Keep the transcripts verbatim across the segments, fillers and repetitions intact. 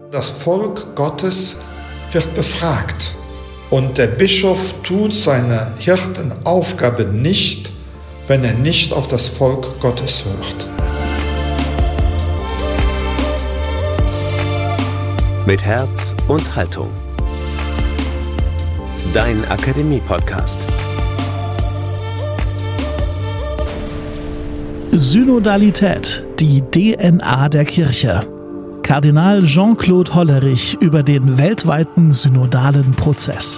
Das Volk Gottes wird befragt. Und der Bischof tut seine Hirtenaufgabe nicht, wenn er nicht auf das Volk Gottes hört. Mit Herz und Haltung. Dein Akademie-Podcast. Synodalität, die D N A der Kirche. Kardinal Jean-Claude Hollerich über den weltweiten synodalen Prozess.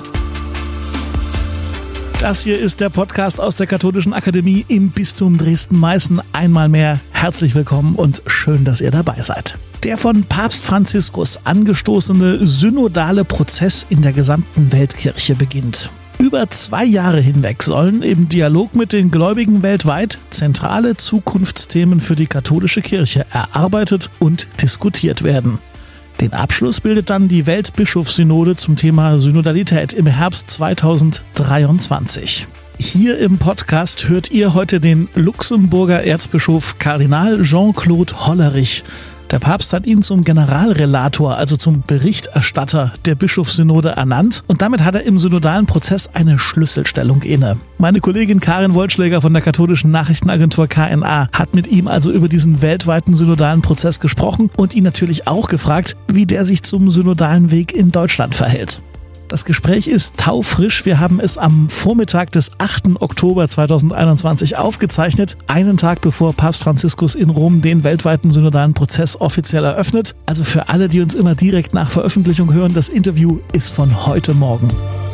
Das hier ist der Podcast aus der Katholischen Akademie im Bistum Dresden-Meißen. Einmal mehr herzlich willkommen und schön, dass ihr dabei seid. Der von Papst Franziskus angestoßene synodale Prozess in der gesamten Weltkirche beginnt. Über zwei Jahre hinweg sollen im Dialog mit den Gläubigen weltweit zentrale Zukunftsthemen für die katholische Kirche erarbeitet und diskutiert werden. Den Abschluss bildet dann die Weltbischofssynode zum Thema Synodalität im Herbst zweitausenddreiundzwanzig. Hier im Podcast hört ihr heute den Luxemburger Erzbischof Kardinal Jean-Claude Hollerich. Der Papst hat ihn zum Generalrelator, also zum Berichterstatter der Bischofssynode ernannt und damit hat er im synodalen Prozess eine Schlüsselstellung inne. Meine Kollegin Karin Wollschläger von der katholischen Nachrichtenagentur K N A hat mit ihm also über diesen weltweiten synodalen Prozess gesprochen und ihn natürlich auch gefragt, wie der sich zum synodalen Weg in Deutschland verhält. Das Gespräch ist taufrisch. Wir haben es am Vormittag des achten Oktober zweitausendeinundzwanzig aufgezeichnet, einen Tag bevor Papst Franziskus in Rom den weltweiten synodalen Prozess offiziell eröffnet. Also für alle, die uns immer direkt nach Veröffentlichung hören, das Interview ist von heute Morgen.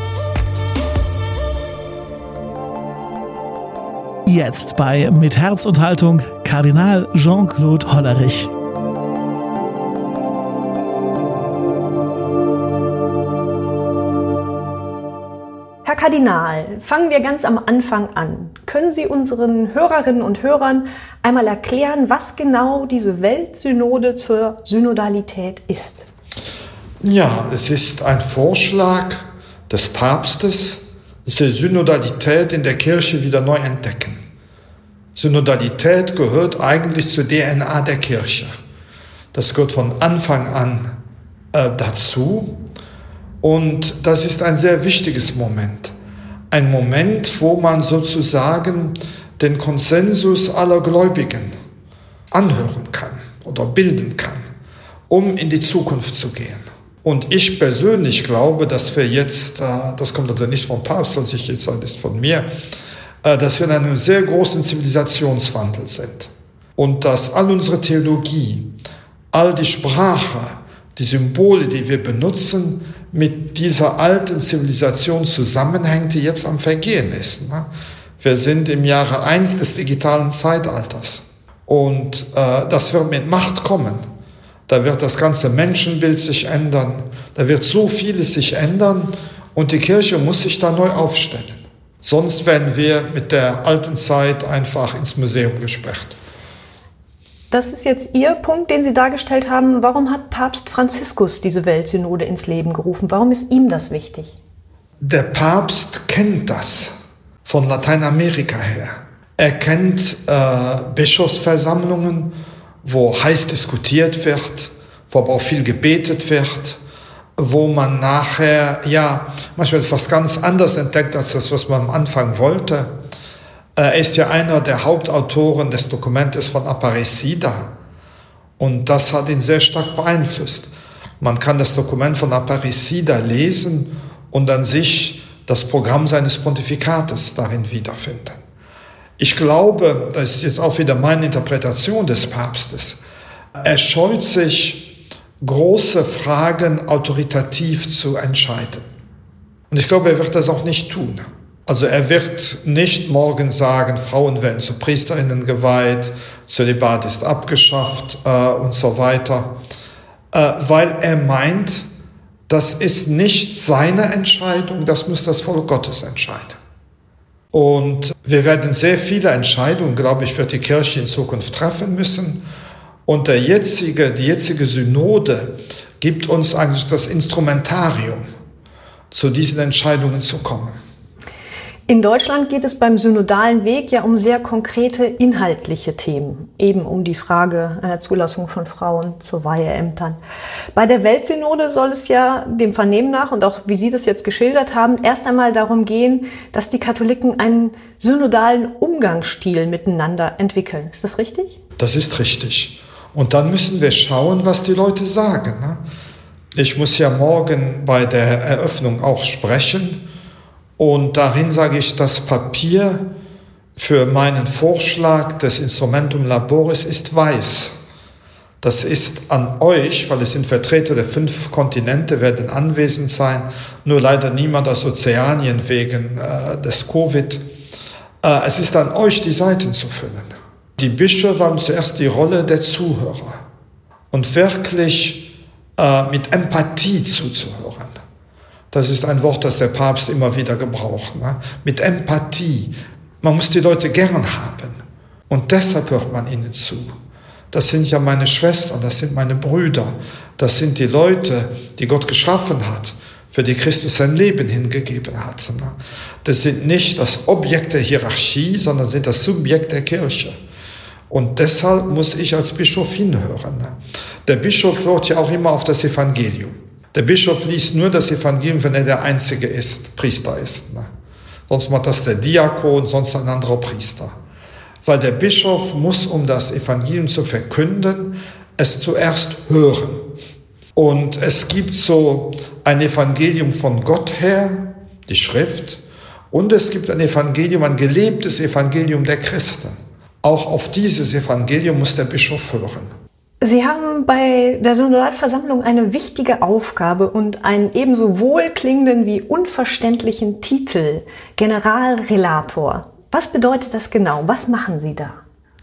Jetzt bei Mit Herz und Haltung Kardinal Jean-Claude Hollerich. Herr Kardinal, fangen wir ganz am Anfang an. Können Sie unseren Hörerinnen und Hörern einmal erklären, was genau diese Weltsynode zur Synodalität ist? Ja, es ist ein Vorschlag des Papstes, dass wir Synodalität in der Kirche wieder neu entdecken. Synodalität gehört eigentlich zur D N A der Kirche. Das gehört von Anfang an äh, dazu. Und das ist ein sehr wichtiges Moment. Ein Moment, wo man sozusagen den Konsensus aller Gläubigen anhören kann oder bilden kann, um in die Zukunft zu gehen. Und ich persönlich glaube, dass wir jetzt, das kommt also nicht vom Papst, was ich jetzt sage, ist von mir, dass wir in einem sehr großen Zivilisationswandel sind. Und dass all unsere Theologie, all die Sprache, die Symbole, die wir benutzen, mit dieser alten Zivilisation zusammenhängt, die jetzt am Vergehen ist. Wir sind im Jahre eins des digitalen Zeitalters und äh, das wird mit Macht kommen. Da wird das ganze Menschenbild sich ändern, da wird so vieles sich ändern und die Kirche muss sich da neu aufstellen. Sonst werden wir mit der alten Zeit einfach ins Museum gesperrt. Das ist jetzt Ihr Punkt, den Sie dargestellt haben. Warum hat Papst Franziskus diese Weltsynode ins Leben gerufen? Warum ist ihm das wichtig? Der Papst kennt das von Lateinamerika her. Er kennt äh, Bischofsversammlungen, wo heiß diskutiert wird, wo aber auch viel gebetet wird, wo man nachher ja manchmal etwas ganz anderes entdeckt als das, was man am Anfang wollte. Er ist ja einer der Hauptautoren des Dokumentes von Aparecida und das hat ihn sehr stark beeinflusst. Man kann das Dokument von Aparecida lesen und dann sich das Programm seines Pontifikates darin wiederfinden. Ich glaube, das ist jetzt auch wieder meine Interpretation des Papstes, er scheut sich, große Fragen autoritativ zu entscheiden. Und ich glaube, er wird das auch nicht tun. Also er wird nicht morgen sagen, Frauen werden zu Priesterinnen geweiht, Zölibat ist abgeschafft äh, und so weiter, äh, weil er meint, das ist nicht seine Entscheidung, das muss das Volk Gottes entscheiden. Und wir werden sehr viele Entscheidungen, glaube ich, wird die Kirche in Zukunft treffen müssen. Und der jetzige, die jetzige Synode gibt uns eigentlich das Instrumentarium, zu diesen Entscheidungen zu kommen. In Deutschland geht es beim synodalen Weg ja um sehr konkrete inhaltliche Themen, eben um die Frage einer Zulassung von Frauen zu Weiheämtern. Bei der Weltsynode soll es ja dem Vernehmen nach und auch wie Sie das jetzt geschildert haben, erst einmal darum gehen, dass die Katholiken einen synodalen Umgangsstil miteinander entwickeln. Ist das richtig? Das ist richtig. Und dann müssen wir schauen, was die Leute sagen. Ne? Ich muss ja morgen bei der Eröffnung auch sprechen. Und darin sage ich, das Papier für meinen Vorschlag des Instrumentum Laboris ist weiß. Das ist an euch, weil es sind Vertreter der fünf Kontinente, werden anwesend sein, nur leider niemand aus Ozeanien wegen äh, des Covid. Äh, es ist an euch, die Seiten zu füllen. Die Bischöfe haben zuerst die Rolle der Zuhörer und wirklich äh, mit Empathie zuzuhören. Das ist ein Wort, das der Papst immer wieder gebraucht. Ne? Mit Empathie. Man muss die Leute gern haben. Und deshalb hört man ihnen zu. Das sind ja meine Schwestern, das sind meine Brüder. Das sind die Leute, die Gott geschaffen hat, für die Christus sein Leben hingegeben hat. Ne? Das sind nicht das Objekt der Hierarchie, sondern sind das Subjekt der Kirche. Und deshalb muss ich als Bischof hinhören. Ne? Der Bischof hört ja auch immer auf das Evangelium. Der Bischof liest nur das Evangelium, wenn er der Einzige ist, Priester ist. Ne? Sonst macht das der Diakon, sonst ein anderer Priester. Weil der Bischof muss, um das Evangelium zu verkünden, es zuerst hören. Und es gibt so ein Evangelium von Gott her, die Schrift, und es gibt ein Evangelium, ein gelebtes Evangelium der Christen. Auch auf dieses Evangelium muss der Bischof hören. Sie haben bei der Synodalversammlung eine wichtige Aufgabe und einen ebenso wohlklingenden wie unverständlichen Titel, Generalrelator. Was bedeutet das genau? Was machen Sie da?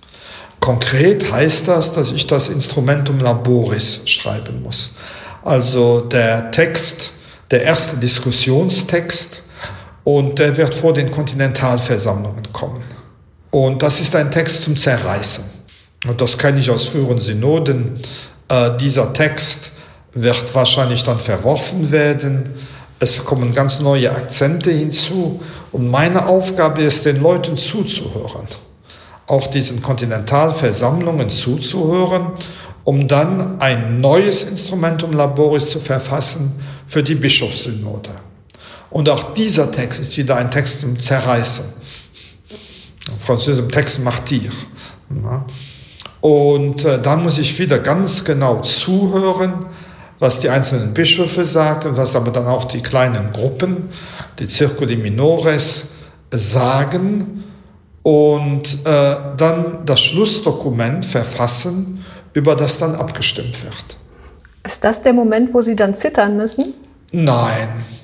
Konkret heißt das, dass ich das Instrumentum Laboris schreiben muss. Also der Text, der erste Diskussionstext, und der wird vor den Kontinentalversammlungen kommen. Und das ist ein Text zum Zerreißen. Und das kenne ich aus früheren Synoden. Äh, dieser Text wird wahrscheinlich dann verworfen werden. Es kommen ganz neue Akzente hinzu. Und meine Aufgabe ist, den Leuten zuzuhören. Auch diesen Kontinentalversammlungen zuzuhören, um dann ein neues Instrumentum Laboris zu verfassen für die Bischofssynode. Und auch dieser Text ist wieder ein Text zum Zerreißen. Im Französischen Text Martyr. Und äh, dann muss ich wieder ganz genau zuhören, was die einzelnen Bischöfe sagen, was aber dann auch die kleinen Gruppen, die Circuli Minores, sagen und äh, dann das Schlussdokument verfassen, über das dann abgestimmt wird. Ist das der Moment, wo Sie dann zittern müssen? Nein,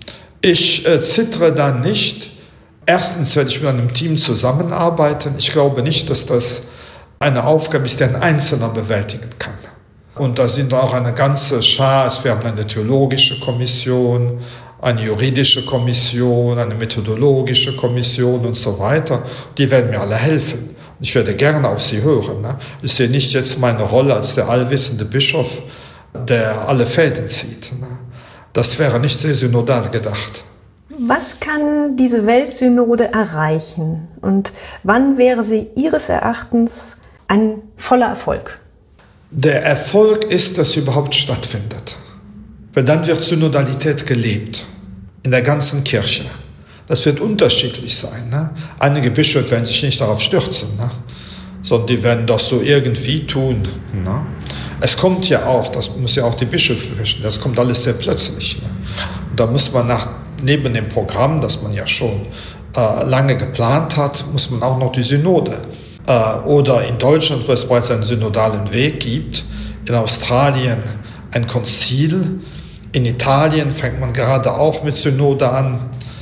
ich äh, zittere dann nicht. Erstens werde ich mit einem Team zusammenarbeiten. Ich glaube nicht, dass das eine Aufgabe ist, die ein Einzelner bewältigen kann. Und da sind auch eine ganze Schar. Wir haben eine theologische Kommission, eine juridische Kommission, eine methodologische Kommission und so weiter. Die werden mir alle helfen. Und ich werde gerne auf sie hören. Ne? Ich sehe nicht jetzt meine Rolle als der allwissende Bischof, der alle Fäden zieht. Ne? Das wäre nicht sehr synodal gedacht. Was kann diese Weltsynode erreichen? Und wann wäre sie Ihres Erachtens ein voller Erfolg? Der Erfolg ist, dass sie überhaupt stattfindet. Weil dann wird Synodalität gelebt. In der ganzen Kirche. Das wird unterschiedlich sein. Ne? Einige Bischöfe werden sich nicht darauf stürzen, ne? Sondern die werden das so irgendwie tun. Ne? Es kommt ja auch, das muss ja auch die Bischöfe wissen, das kommt alles sehr plötzlich. Ne? Und da muss man nach, neben dem Programm, das man ja schon äh, lange geplant hat, muss man auch noch die Synode. Äh, oder in Deutschland, wo es bereits einen synodalen Weg gibt, in Australien ein Konzil, in Italien fängt man gerade auch mit Synode an.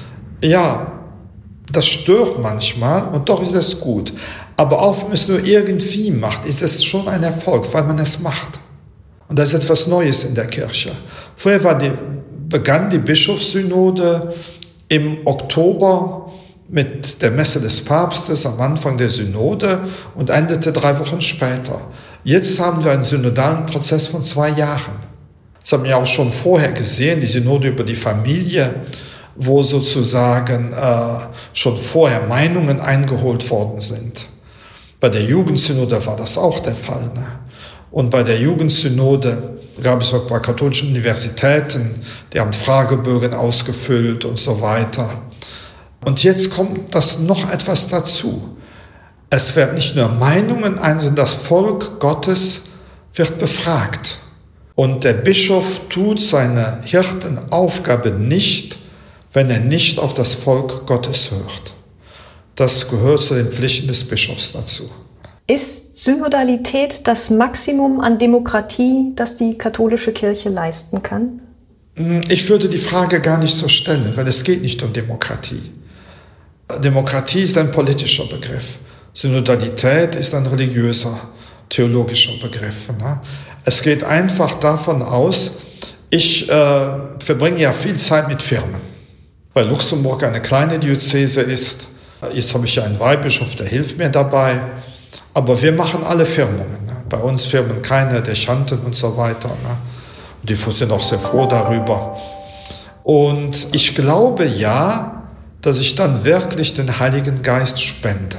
Ja, das stört manchmal und doch ist es gut. Aber auch wenn man es nur irgendwie macht, ist es schon ein Erfolg, weil man es macht. Und das ist etwas Neues in der Kirche. Vorher war die, begann die Bischofssynode im Oktober mit der Messe des Papstes am Anfang der Synode und endete drei Wochen später. Jetzt haben wir einen synodalen Prozess von zwei Jahren. Das haben wir auch schon vorher gesehen, die Synode über die Familie wo sozusagen äh, schon vorher Meinungen eingeholt worden sind. Bei der Jugendsynode war das auch der Fall. Ne? Und bei der Jugendsynode gab es auch bei katholischen Universitäten, die haben Fragebögen ausgefüllt und so weiter. Und jetzt kommt das noch etwas dazu. Es werden nicht nur Meinungen ein, sondern das Volk Gottes wird befragt. Und der Bischof tut seine Hirtenaufgabe nicht, wenn er nicht auf das Volk Gottes hört. Das gehört zu den Pflichten des Bischofs dazu. Ist Synodalität das Maximum an Demokratie, das die katholische Kirche leisten kann? Ich würde die Frage gar nicht so stellen, weil es geht nicht um Demokratie. Demokratie ist ein politischer Begriff. Synodalität ist ein religiöser, theologischer Begriff. Ne? Es geht einfach davon aus, ich äh, verbringe ja viel Zeit mit Firmen, weil Luxemburg eine kleine Diözese ist. Jetzt habe ich ja einen Weihbischof, der hilft mir dabei. Aber wir machen alle Firmungen. Ne? Bei uns firmen keine Dechanten und so weiter. Ne? Und die sind auch sehr froh darüber. Und ich glaube ja, dass ich dann wirklich den Heiligen Geist spende.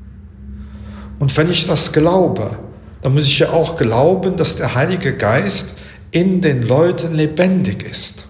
Und wenn ich das glaube, dann muss ich ja auch glauben, dass der Heilige Geist in den Leuten lebendig ist.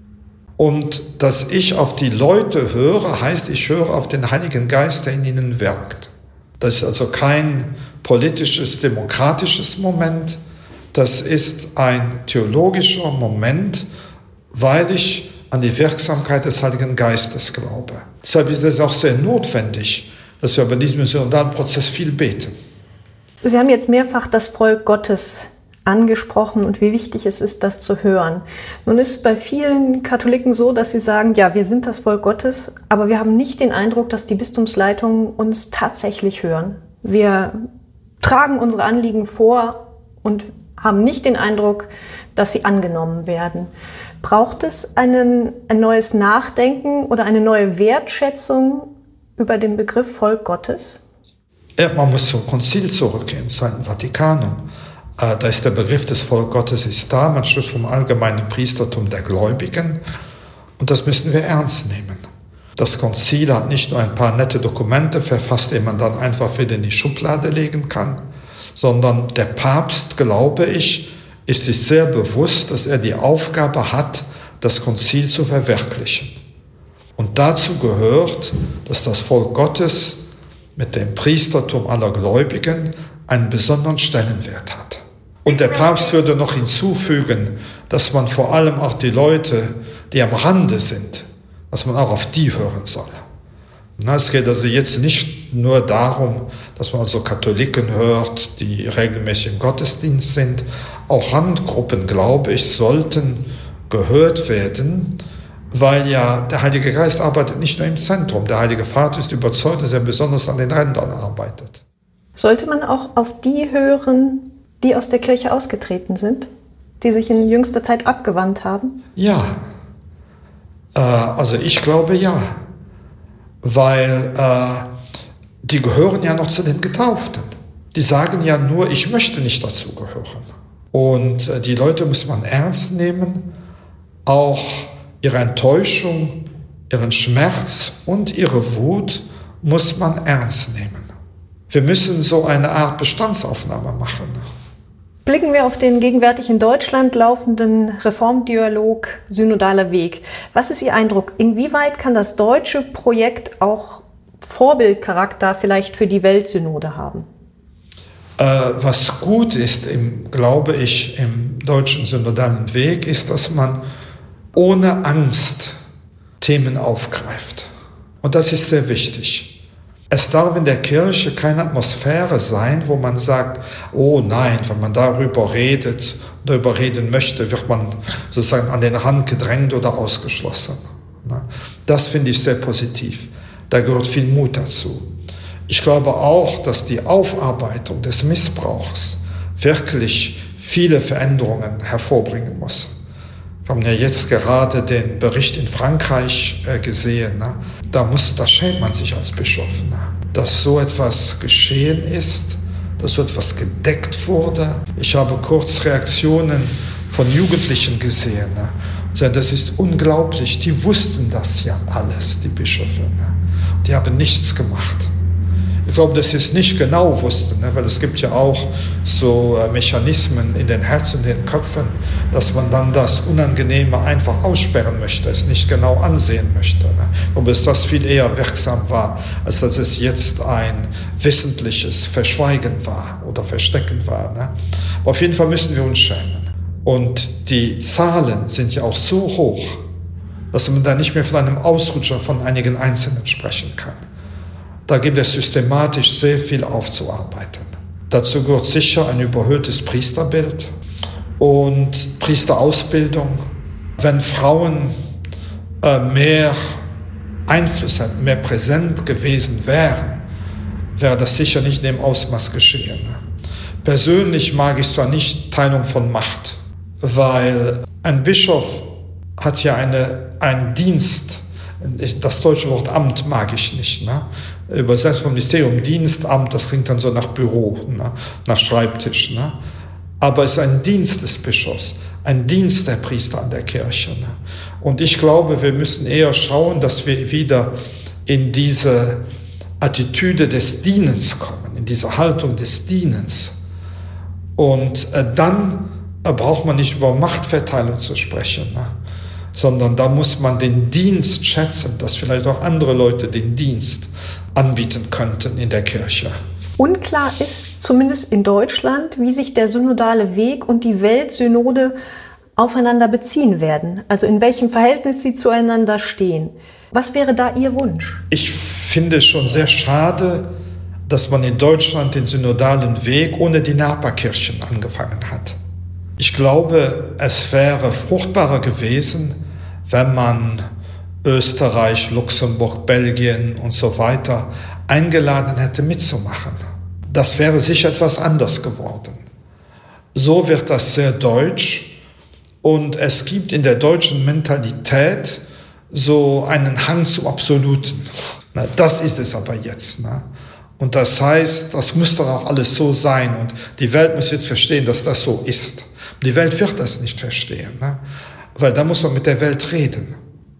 Und dass ich auf die Leute höre, heißt, ich höre auf den Heiligen Geist, der in ihnen wirkt. Das ist also kein politisches, demokratisches Moment. Das ist ein theologischer Moment, weil ich an die Wirksamkeit des Heiligen Geistes glaube. Deshalb ist es auch sehr notwendig, dass wir bei diesem synodalen Prozess viel beten. Sie haben jetzt mehrfach das Volk Gottes angesprochen und wie wichtig es ist, das zu hören. Nun ist es bei vielen Katholiken so, dass sie sagen, ja, wir sind das Volk Gottes, aber wir haben nicht den Eindruck, dass die Bistumsleitungen uns tatsächlich hören. Wir tragen unsere Anliegen vor und haben nicht den Eindruck, dass sie angenommen werden. Braucht es einen, ein neues Nachdenken oder eine neue Wertschätzung über den Begriff Volk Gottes? Ja, man muss zum Konzil zurückgehen, zu einem Vatikanum. Da ist der Begriff des Volk Gottes ist da, man spricht vom allgemeinen Priestertum der Gläubigen und das müssen wir ernst nehmen. Das Konzil hat nicht nur ein paar nette Dokumente verfasst, die man dann einfach wieder in die Schublade legen kann, sondern der Papst, glaube ich, ist sich sehr bewusst, dass er die Aufgabe hat, das Konzil zu verwirklichen. Und dazu gehört, dass das Volk Gottes mit dem Priestertum aller Gläubigen einen besonderen Stellenwert hat. Und der Papst würde noch hinzufügen, dass man vor allem auch die Leute, die am Rande sind, dass man auch auf die hören soll. Na, es geht also jetzt nicht nur darum, dass man also Katholiken hört, die regelmäßig im Gottesdienst sind. Auch Randgruppen, glaube ich, sollten gehört werden, weil ja der Heilige Geist arbeitet nicht nur im Zentrum. Der Heilige Vater ist überzeugt, dass er besonders an den Rändern arbeitet. Sollte man auch auf die hören, die aus der Kirche ausgetreten sind, die sich in jüngster Zeit abgewandt haben? Ja, äh, also ich glaube ja, weil äh, die gehören ja noch zu den Getauften. Die sagen ja nur, ich möchte nicht dazu gehören. Und äh, die Leute muss man ernst nehmen, auch ihre Enttäuschung, ihren Schmerz und ihre Wut muss man ernst nehmen. Wir müssen so eine Art Bestandsaufnahme machen. Blicken wir auf den gegenwärtig in Deutschland laufenden Reformdialog Synodaler Weg. Was ist Ihr Eindruck? Inwieweit kann das deutsche Projekt auch Vorbildcharakter vielleicht für die Weltsynode haben? Äh, was gut ist, im, glaube ich, im deutschen synodalen Weg, ist, dass man ohne Angst Themen aufgreift. Und das ist sehr wichtig. Es darf in der Kirche keine Atmosphäre sein, wo man sagt, oh nein, wenn man darüber redet, darüber reden möchte, wird man sozusagen an den Rand gedrängt oder ausgeschlossen. Das finde ich sehr positiv. Da gehört viel Mut dazu. Ich glaube auch, dass die Aufarbeitung des Missbrauchs wirklich viele Veränderungen hervorbringen muss. Wir haben ja jetzt gerade den Bericht in Frankreich äh, gesehen. Ne? Da, muss, da schämt man sich als Bischof, ne? Dass so etwas geschehen ist, dass so etwas gedeckt wurde. Ich habe kurz Reaktionen von Jugendlichen gesehen, ne? Das ist unglaublich. Die wussten das ja alles, die Bischöfe. Ne? Die haben nichts gemacht. Ich glaube, dass sie es nicht genau wussten, ne? Weil es gibt ja auch so äh, Mechanismen in den Herzen und den Köpfen, dass man dann das Unangenehme einfach aussperren möchte, es nicht genau ansehen möchte. Ne? Und dass das viel eher wirksam war, als dass es jetzt ein wissentliches Verschweigen war oder Verstecken war. Ne? Aber auf jeden Fall müssen wir uns schämen. Und die Zahlen sind ja auch so hoch, dass man da nicht mehr von einem Ausrutscher von einigen Einzelnen sprechen kann. Da gibt es systematisch sehr viel aufzuarbeiten. Dazu gehört sicher ein überhöhtes Priesterbild und Priesterausbildung. Wenn Frauen äh, mehr Einfluss hätten, mehr präsent gewesen wären, wäre das sicher nicht in dem Ausmaß geschehen. Persönlich mag ich zwar nicht Teilung von Macht, weil ein Bischof hat ja eine, einen Dienst. Das deutsche Wort Amt mag ich nicht. Ne? Übersetzt vom Ministerium Dienst, Amt, das klingt dann so nach Büro, ne? Nach Schreibtisch. Ne? Aber es ist ein Dienst des Bischofs, ein Dienst der Priester an der Kirche. Ne? Und ich glaube, wir müssen eher schauen, dass wir wieder in diese Attitüde des Dienens kommen, in diese Haltung des Dienens. Und äh, dann äh, braucht man nicht über Machtverteilung zu sprechen, ne? Sondern da muss man den Dienst schätzen, dass vielleicht auch andere Leute den Dienst anbieten könnten in der Kirche. Unklar ist, zumindest in Deutschland, wie sich der synodale Weg und die Weltsynode aufeinander beziehen werden. Also in welchem Verhältnis sie zueinander stehen. Was wäre da Ihr Wunsch? Ich finde es schon sehr schade, dass man in Deutschland den synodalen Weg ohne die Nachbarkirchen angefangen hat. Ich glaube, es wäre fruchtbarer gewesen, wenn man Österreich, Luxemburg, Belgien und so weiter eingeladen hätte mitzumachen. Das wäre sicher etwas anders geworden. So wird das sehr deutsch und es gibt in der deutschen Mentalität so einen Hang zum Absoluten. Na, das ist es aber jetzt. Ne? Und das heißt, das muss doch auch alles so sein und die Welt muss jetzt verstehen, dass das so ist. Die Welt wird das nicht verstehen, ne? Weil da muss man mit der Welt reden.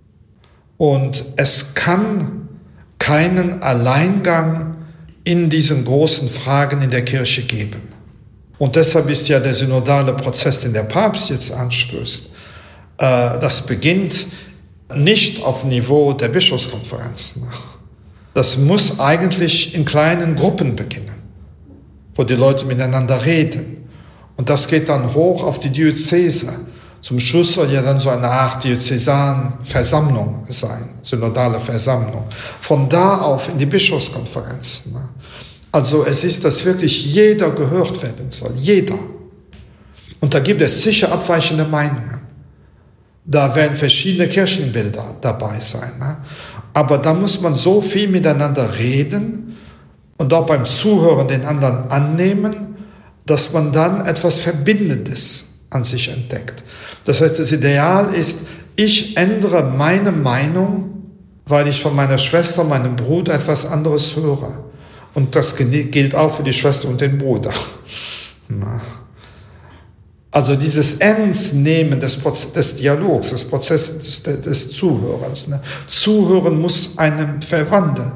Und es kann keinen Alleingang in diesen großen Fragen in der Kirche geben. Und deshalb ist ja der synodale Prozess, den der Papst jetzt anstößt, äh, das beginnt nicht auf Niveau der Bischofskonferenz nach. Das muss eigentlich in kleinen Gruppen beginnen, wo die Leute miteinander reden. Und das geht dann hoch auf die Diözese. Zum Schluss soll ja dann so eine Art Diözesanversammlung sein, synodale Versammlung. Von da auf in die Bischofskonferenz. Also es ist, dass wirklich jeder gehört werden soll, jeder. Und da gibt es sicher abweichende Meinungen. Da werden verschiedene Kirchenbilder dabei sein. Aber da muss man so viel miteinander reden und auch beim Zuhören den anderen annehmen, dass man dann etwas Verbindendes an sich entdeckt. Das heißt, das Ideal ist, ich ändere meine Meinung, weil ich von meiner Schwester, meinem Bruder etwas anderes höre. Und das gilt auch für die Schwester und den Bruder. Na. Also dieses Ernstnehmen des, Proz- des Dialogs, des Prozesses des, des Zuhörens. Ne? Zuhören muss einem verwandeln.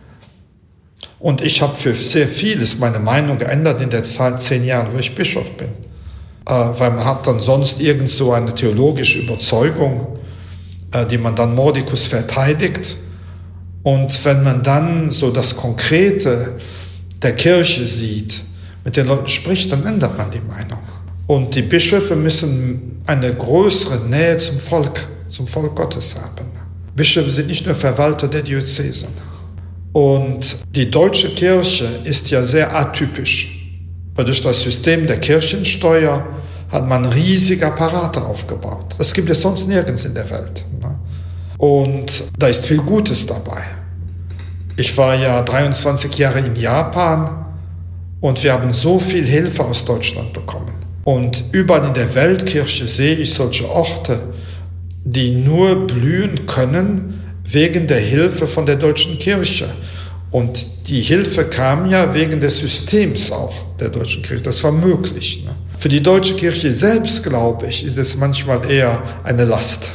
Und ich habe für sehr vieles meine Meinung geändert in der Zeit, zehn Jahren, wo ich Bischof bin. Äh, weil man hat dann sonst irgend so eine theologische Überzeugung, äh, die man dann mordicus verteidigt. Und wenn man dann so das Konkrete der Kirche sieht, mit den Leuten spricht, dann ändert man die Meinung. Und die Bischöfe müssen eine größere Nähe zum Volk, zum Volk Gottes haben. Bischöfe sind nicht nur Verwalter der Diözesen. Und die deutsche Kirche ist ja sehr atypisch, weil durch das System der Kirchensteuer hat man riesige Apparate aufgebaut. Das gibt es sonst nirgends in der Welt. Und da ist viel Gutes dabei. Ich war ja dreiundzwanzig Jahre in Japan und wir haben so viel Hilfe aus Deutschland bekommen. Und überall in der Weltkirche sehe ich solche Orte, die nur blühen können wegen der Hilfe von der deutschen Kirche. Und die Hilfe kam ja wegen des Systems auch der deutschen Kirche. Das war möglich. Ne? Für die deutsche Kirche selbst, glaube ich, ist es manchmal eher eine Last.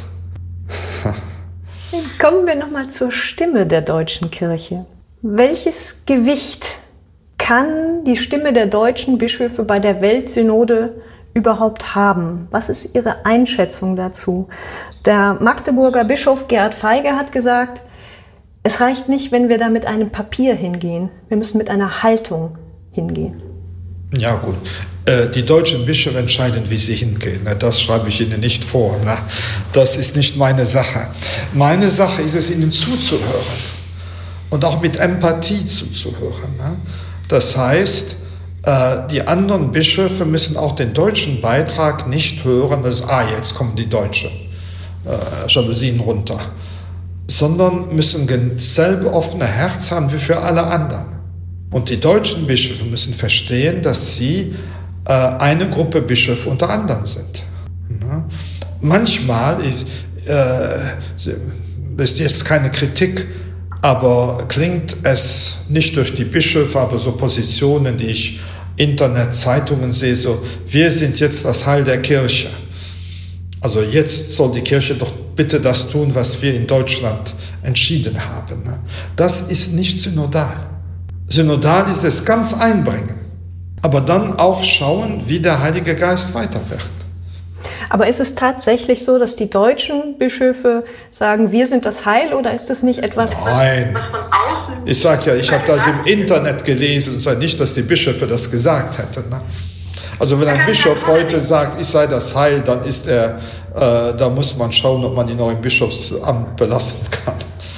Kommen wir nochmal zur Stimme der deutschen Kirche. Welches Gewicht kann die Stimme der deutschen Bischöfe bei der Weltsynode überhaupt haben? Was ist Ihre Einschätzung dazu? Der Magdeburger Bischof Gerhard Feige hat gesagt, es reicht nicht, wenn wir da mit einem Papier hingehen. Wir müssen mit einer Haltung hingehen. Ja gut, die deutschen Bischöfe entscheiden, wie sie hingehen. Das schreibe ich Ihnen nicht vor. Das ist nicht meine Sache. Meine Sache ist es, Ihnen zuzuhören und auch mit Empathie zuzuhören. Das heißt, die anderen Bischöfe müssen auch den deutschen Beitrag nicht hören, dass, ah, jetzt kommen die deutschen Jalousien runter, sondern müssen dasselbe offene Herz haben wie für alle anderen. Und die deutschen Bischöfe müssen verstehen, dass sie äh, eine Gruppe Bischöfe unter anderen sind. Ja. Manchmal, äh, das ist jetzt keine Kritik, aber klingt es nicht durch die Bischöfe, aber so Positionen, die ich Internet, Zeitungen sehe, so, wir sind jetzt das Heil der Kirche. Also jetzt soll die Kirche doch bitte das tun, was wir in Deutschland entschieden haben. Das ist nicht synodal. Synodal ist es ganz einbringen, aber dann auch schauen, wie der Heilige Geist weiterwirkt. Aber ist es tatsächlich so, dass die deutschen Bischöfe sagen, wir sind das Heil, oder ist das nicht etwas, Nein. was, was von außen... Ich sage ja, ich habe das im Internet gelesen und sage nicht, dass die Bischöfe das gesagt hätten. Ne? Also wenn ein Bischof heute sagt, ich sei das Heil, dann ist er, äh, da muss man schauen, ob man ihn noch im Bischofsamt belassen kann.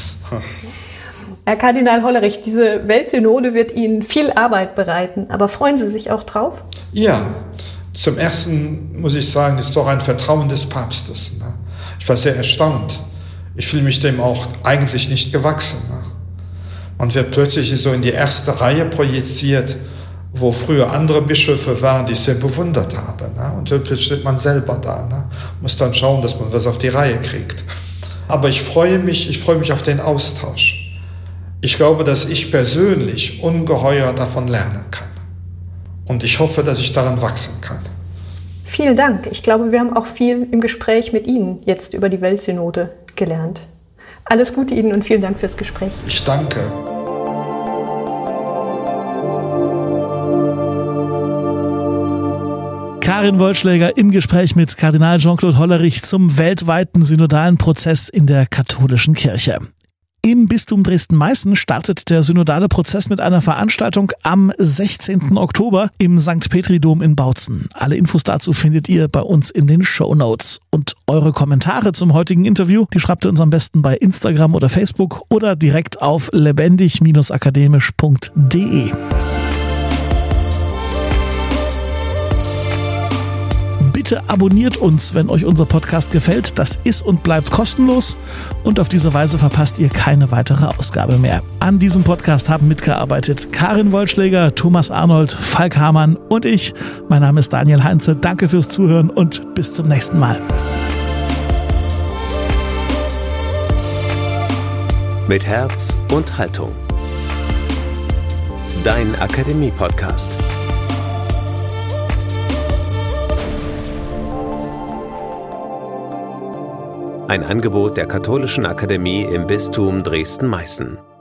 Herr Kardinal Hollerich, diese Weltsynode wird Ihnen viel Arbeit bereiten, aber freuen Sie sich auch drauf? Ja, zum Ersten muss ich sagen, ist doch ein Vertrauen des Papstes. Ne? Ich war sehr erstaunt. Ich fühle mich dem auch eigentlich nicht gewachsen. Ne? Man wird plötzlich so in die erste Reihe projiziert, wo früher andere Bischöfe waren, die ich sehr bewundert habe. Ne? Und plötzlich steht man selber da. Ne? Muss dann schauen, dass man was auf die Reihe kriegt. Aber ich freue mich, ich freue mich auf den Austausch. Ich glaube, dass ich persönlich ungeheuer davon lernen kann. Und ich hoffe, dass ich daran wachsen kann. Vielen Dank. Ich glaube, wir haben auch viel im Gespräch mit Ihnen jetzt über die Weltsynode gelernt. Alles Gute Ihnen und vielen Dank fürs Gespräch. Ich danke. Karin Wollschläger im Gespräch mit Kardinal Jean-Claude Hollerich zum weltweiten synodalen Prozess in der katholischen Kirche. Im Bistum Dresden-Meißen startet der synodale Prozess mit einer Veranstaltung am sechzehnten Oktober im Sankt Petri-Dom in Bautzen. Alle Infos dazu findet ihr bei uns in den Shownotes. Und eure Kommentare zum heutigen Interview, die schreibt ihr uns am besten bei Instagram oder Facebook oder direkt auf lebendig dash akademisch punkt de. Bitte abonniert uns, wenn euch unser Podcast gefällt. Das ist und bleibt kostenlos und auf diese Weise verpasst ihr keine weitere Ausgabe mehr. An diesem Podcast haben mitgearbeitet Karin Wollschläger, Thomas Arnold, Falk Hamann und ich. Mein Name ist Daniel Heinze. Danke fürs Zuhören und bis zum nächsten Mal. Mit Herz und Haltung. Dein Akademie-Podcast. Ein Angebot der Katholischen Akademie im Bistum Dresden-Meißen.